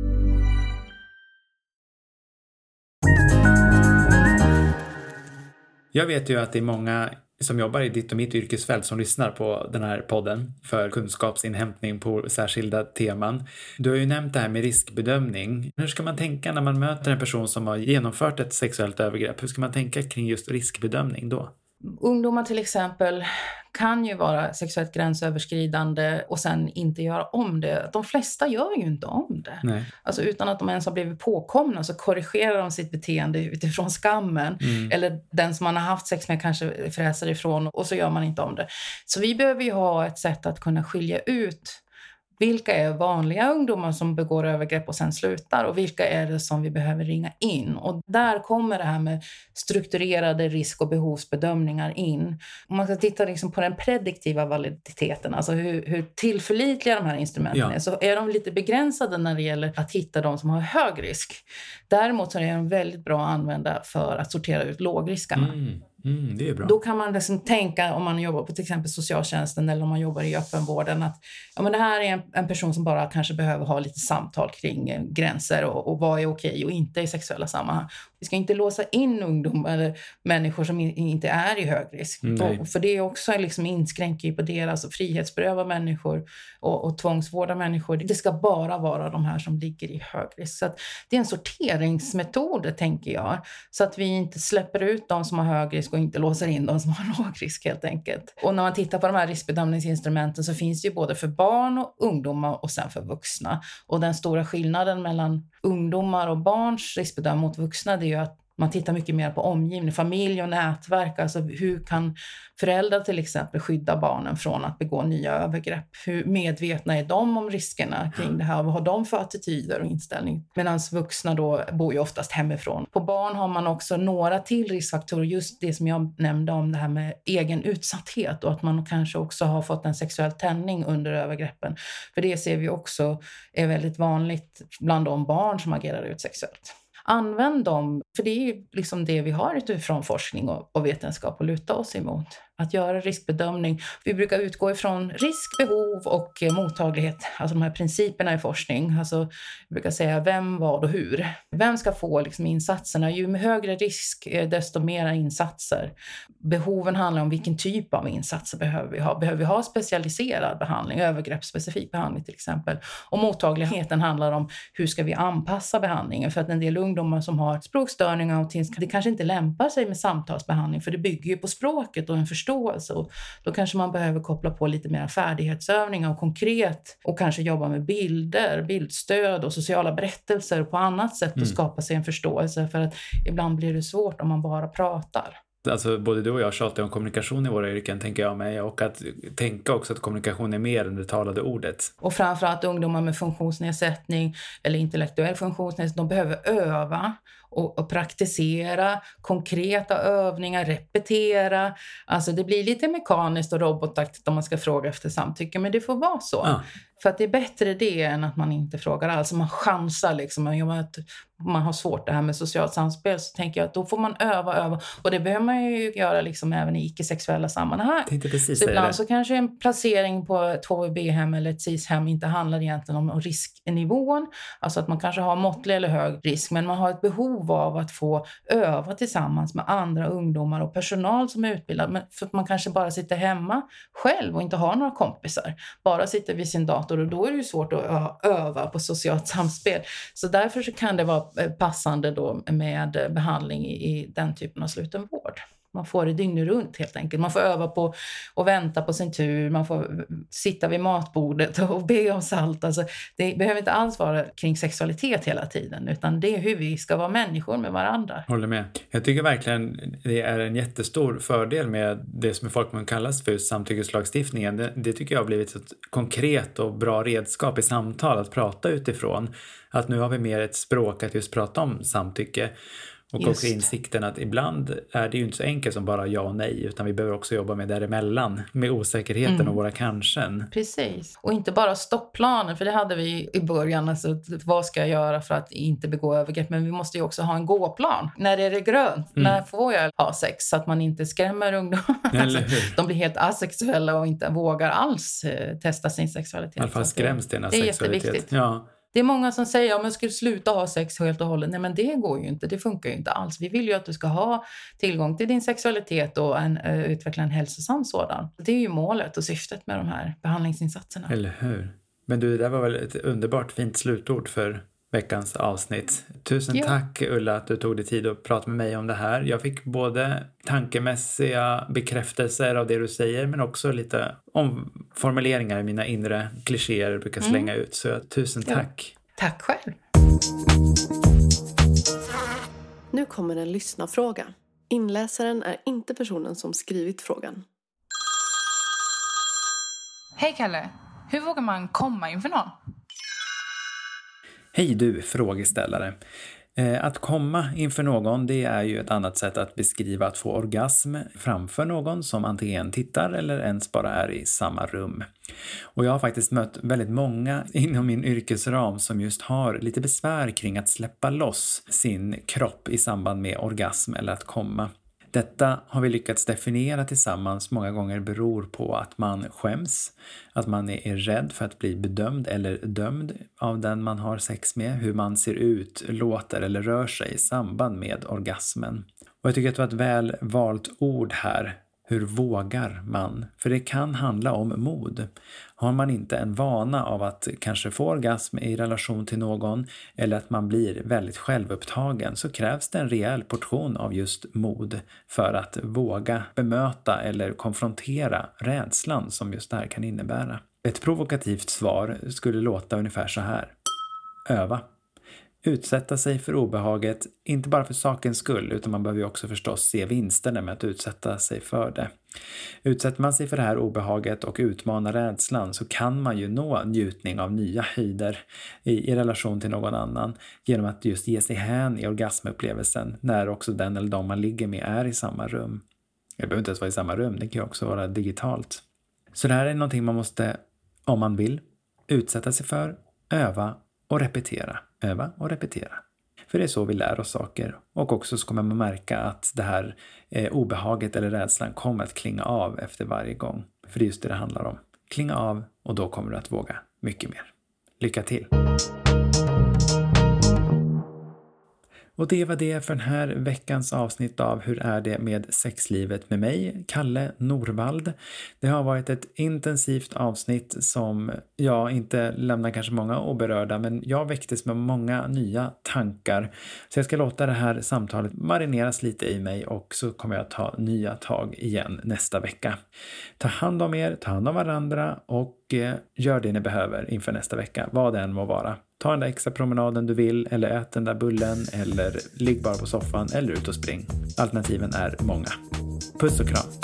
Jag vet ju att det är många som jobbar i ditt och mitt yrkesfält som lyssnar på den här podden för kunskapsinhämtning på särskilda teman. Du har ju nämnt det här med riskbedömning. Hur ska man tänka när man möter en person som har genomfört ett sexuellt övergrepp? Hur ska man tänka kring just riskbedömning då? Ungdomar till exempel kan ju vara sexuellt gränsöverskridande och sen inte göra om det. De flesta gör ju inte om det. Nej. Alltså utan att de ens har blivit påkomna så korrigerar de sitt beteende utifrån skammen. Mm. Eller den som man har haft sex med kanske fräser ifrån och så gör man inte om det. Så vi behöver ju ha ett sätt att kunna skilja ut vilka är vanliga ungdomar som begår övergrepp och sen slutar och vilka är det som vi behöver ringa in. Och där kommer det här med strukturerade risk- och behovsbedömningar in. Om man ska titta liksom på den prediktiva validiteten, alltså hur, hur tillförlitliga de här instrumenten ja. är, så är de lite begränsade när det gäller att hitta de som har hög risk. Däremot så är de väldigt bra att använda för att sortera ut lågriskarna. Mm. Mm, det är bra. Då kan man liksom tänka, om man jobbar på till exempel socialtjänsten eller om man jobbar i öppenvården, att ja, men det här är en, en person som bara kanske behöver ha lite samtal kring eh, gränser och, och vad är okej och inte i sexuella sammanhang. Vi ska inte låsa in ungdomar eller människor som in, inte är i hög risk. Och, för det är också liksom inskränker på deras och frihetsberöva människor och, och tvångsvårda människor. Det ska bara vara de här som ligger i hög risk. Så att det är en sorteringsmetod, tänker jag. Så att vi inte släpper ut de som har hög risk och inte låser in de som har låg risk helt enkelt. Och när man tittar på de här riskbedömningsinstrumenten så finns det ju både för barn och ungdomar och sen för vuxna. Och den stora skillnaden mellan ungdomar och barns riskbedömning mot vuxna, det är ju att man tittar mycket mer på omgivning, familj och nätverk. Alltså hur kan föräldrar till exempel skydda barnen från att begå nya övergrepp? Hur medvetna är de om riskerna kring det här? Vad har de för attityder och inställning? Medan vuxna då bor ju oftast hemifrån. På barn har man också några till riskfaktorer. Just det som jag nämnde om det här med egen utsatthet och att man kanske också har fått en sexuell tändning under övergreppen. För det ser vi också är väldigt vanligt bland de barn som agerar ut sexuellt. Använd dem, för det är ju liksom det vi har utifrån forskning och, och vetenskap att luta oss emot. Att göra riskbedömning. Vi brukar utgå ifrån risk, behov och mottaglighet. Alltså de här principerna i forskning. Alltså jag brukar säga vem, vad och hur. Vem ska få liksom insatserna? Ju med högre risk desto mera insatser. Behoven handlar om vilken typ av insatser behöver vi ha. Behöver vi ha specialiserad behandling, övergreppsspecifik behandling till exempel. Och mottagligheten handlar om hur ska vi anpassa behandlingen. För att en del ungdomar som har språkstörning och autism, det kanske inte lämpar sig med samtalsbehandling. För det bygger ju på språket och en förståelse. Och då kanske man behöver koppla på lite mer färdighetsövningar och konkret och kanske jobba med bilder, bildstöd och sociala berättelser på annat sätt mm. och skapa sig en förståelse, för att ibland blir det svårt om man bara pratar. Alltså både du och jag tjatar om kommunikation i våra yrken, tänker jag mig, och att tänka också att kommunikation är mer än det talade ordet. Och framförallt ungdomar med funktionsnedsättning eller intellektuell funktionsnedsättning, de behöver öva och, och praktisera konkreta övningar, repetera. Alltså det blir lite mekaniskt och robotaktigt om man ska fråga efter samtycke, men det får vara så. Ja. För att det är bättre det än att man inte frågar alls. Man chansar liksom. Att man har svårt det här med socialt samspel, så tänker jag att då får man öva, öva. Och det behöver man ju göra liksom även i icke-sexuella sammanhang. Precis, så ibland så kanske en placering på ett H V B-hem eller ett S I S-hem inte handlar egentligen om risknivån. Alltså att man kanske har måttlig eller hög risk, men man har ett behov behov av att få öva tillsammans med andra ungdomar och personal som är utbildad. Men för att man kanske bara sitter hemma själv och inte har några kompisar. Bara sitter vid sin dator och då är det ju svårt att öva på socialt samspel. Så därför så kan det vara passande då med behandling i den typen av sluten vård. Man får det dygnet runt helt enkelt. Man får öva på att vänta på sin tur. Man får sitta vid matbordet och be om salt. Alltså, det behöver inte alls vara kring sexualitet hela tiden. Utan det är hur vi ska vara människor med varandra. Håller med. Jag tycker verkligen det är en jättestor fördel med det som i folkmun kallas för samtyckeslagstiftningen. Det, det tycker jag har blivit ett konkret och bra redskap i samtal att prata utifrån. Att nu har vi mer ett språk att just prata om samtycke. Och just. Också insikten att ibland är det ju inte så enkelt som bara ja och nej, utan vi behöver också jobba med däremellan, med osäkerheten mm. och våra kanske. Precis, och inte bara stoppplanen, för det hade vi i början, alltså vad ska jag göra för att inte begå övergrepp, men vi måste ju också ha en gåplan. När är det grönt? Mm. När får jag ha sex? Så att man inte skrämmer ungdomar. Alltså, de blir helt asexuella och inte vågar alls eh, testa sin sexualitet. I alla fall skräms det, det är jätteviktigt. Ja. Det är många som säger om jag skulle sluta ha sex helt och hållet. Nej, men det går ju inte. Det funkar ju inte alls. Vi vill ju att du ska ha tillgång till din sexualitet och en, uh, utveckla en hälsosam sådan. Det är ju målet och syftet med de här behandlingsinsatserna. Eller hur? Men du, det var väl ett underbart fint slutord för veckans avsnitt. Tusen ja. tack Ulla att du tog dig tid att prata med mig om det här. Jag fick både tankemässiga bekräftelser av det du säger, men också lite omformuleringar i mina inre klichéer jag brukar slänga mm. ut. Så tusen ja. tack. Tack själv. Nu kommer en lyssnarfråga. Inläsaren är inte personen som skrivit frågan. Hej Kalle, hur vågar man komma inför någon? Hej du, frågeställare. Att komma inför någon, det är ju ett annat sätt att beskriva att få orgasm framför någon som antingen tittar eller ens bara är i samma rum. Och jag har faktiskt mött väldigt många inom min yrkesram som just har lite besvär kring att släppa loss sin kropp i samband med orgasm eller att komma. Detta har vi lyckats definiera tillsammans många gånger beror på att man skäms, att man är rädd för att bli bedömd eller dömd av den man har sex med, hur man ser ut, låter eller rör sig i samband med orgasmen. Och jag tycker att det var ett väl valt ord här. Hur vågar man? För det kan handla om mod. Har man inte en vana av att kanske få orgasm i relation till någon eller att man blir väldigt självupptagen så krävs det en rejäl portion av just mod för att våga bemöta eller konfrontera rädslan som just det här kan innebära. Ett provokativt svar skulle låta ungefär så här. Öva. Utsätta sig för obehaget, inte bara för sakens skull utan man behöver ju också förstås se vinsterna med att utsätta sig för det. Utsätter man sig för det här obehaget och utmanar rädslan så kan man ju nå njutning av nya höjder i, i relation till någon annan genom att just ge sig hän i orgasmupplevelsen när också den eller de man ligger med är i samma rum. Det behöver inte ens vara i samma rum, det kan ju också vara digitalt. Så det här är någonting man måste, om man vill, utsätta sig för, öva och repetera. Öva och repetera. För det är så vi lär oss saker. Och också så kommer man märka att det här eh, obehaget eller rädslan kommer att klinga av efter varje gång. För det är just det det handlar om. Klinga av och då kommer du att våga mycket mer. Lycka till! Och det var det för den här veckans avsnitt av Hur är det med sexlivet med mig, Kalle Norvald. Det har varit ett intensivt avsnitt som jag inte lämnar kanske många oberörda, men jag väcktes med många nya tankar. Så jag ska låta det här samtalet marineras lite i mig och så kommer jag ta nya tag igen nästa vecka. Ta hand om er, ta hand om varandra och gör det ni behöver inför nästa vecka, vad det än må vara. Ta den där extra promenaden du vill eller ät den där bullen eller ligg bara på soffan eller ut och spring. Alternativen är många. Puss och kram!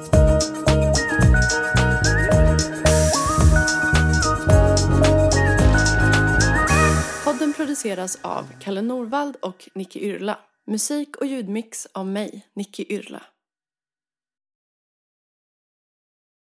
Podden produceras av Kalle Norvald och Nicky Yrla. Musik och ljudmix av mig, Nicky Yrla.